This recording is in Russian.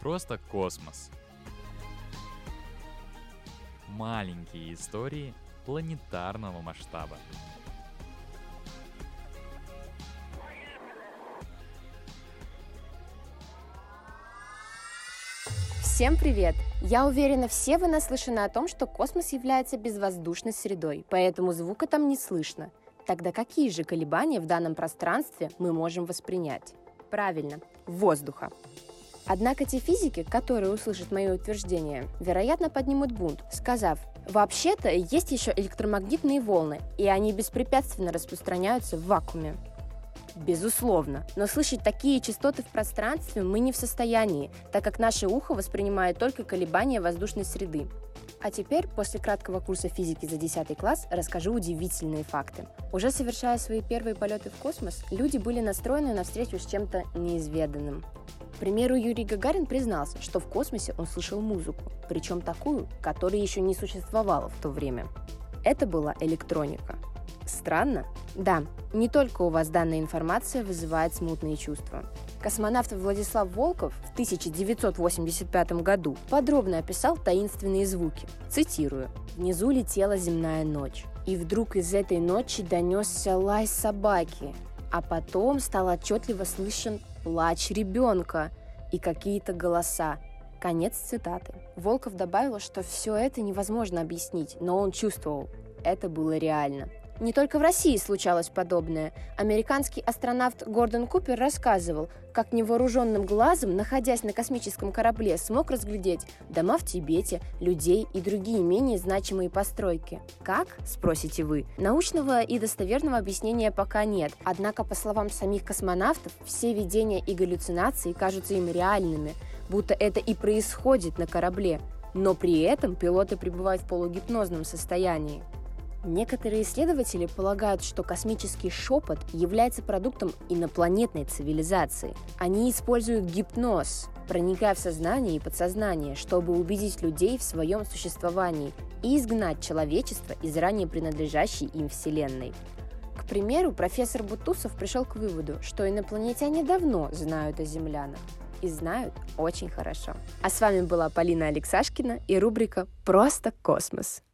просто космос. Маленькие истории планетарного масштаба. Всем привет! Я уверена, все вы наслышаны о том, что космос является безвоздушной средой, поэтому звука там не слышно. Тогда какие же колебания в данном пространстве мы можем воспринять? Правильно, воздуха. Однако те физики, которые услышат мое утверждение, вероятно, поднимут бунт, сказав: «Вообще-то есть еще электромагнитные волны, и они беспрепятственно распространяются в вакууме». Безусловно, но слышать такие частоты в пространстве мы не в состоянии, так как наше ухо воспринимает только колебания воздушной среды. А теперь, после краткого курса физики за 10 класс, расскажу удивительные факты. Уже совершая свои первые полеты в космос, люди были настроены на встречу с чем-то неизведанным. К примеру, Юрий Гагарин признался, что в космосе он слышал музыку, причем такую, которая еще не существовала в то время. Это была электроника. Странно? Да, не только у вас данная информация вызывает смутные чувства. Космонавт Владислав Волков в 1985 году подробно описал таинственные звуки. Цитирую: «Внизу летела земная ночь, и вдруг из этой ночи донесся лай собаки, а потом стал отчетливо слышен плач ребенка и какие-то голоса». Конец цитаты. Волков добавил, что все это невозможно объяснить, но он чувствовал, это было реально. Не только в России случалось подобное. Американский астронавт Гордон Купер рассказывал, как невооруженным глазом, находясь на космическом корабле, смог разглядеть дома в Тибете, людей и другие менее значимые постройки. Как, спросите вы? Научного и достоверного объяснения пока нет. Однако, по словам самих космонавтов, все видения и галлюцинации кажутся им реальными, будто это и происходит на корабле. Но при этом пилоты пребывают в полугипнозном состоянии. Некоторые исследователи полагают, что космический шепот является продуктом инопланетной цивилизации. Они используют гипноз, проникая в сознание и подсознание, чтобы убедить людей в своем существовании и изгнать человечество из ранее принадлежащей им Вселенной. К примеру, профессор Бутусов пришел к выводу, что инопланетяне давно знают о землянах. И знают очень хорошо. А с вами была Полина Алексашкина и рубрика «Просто космос».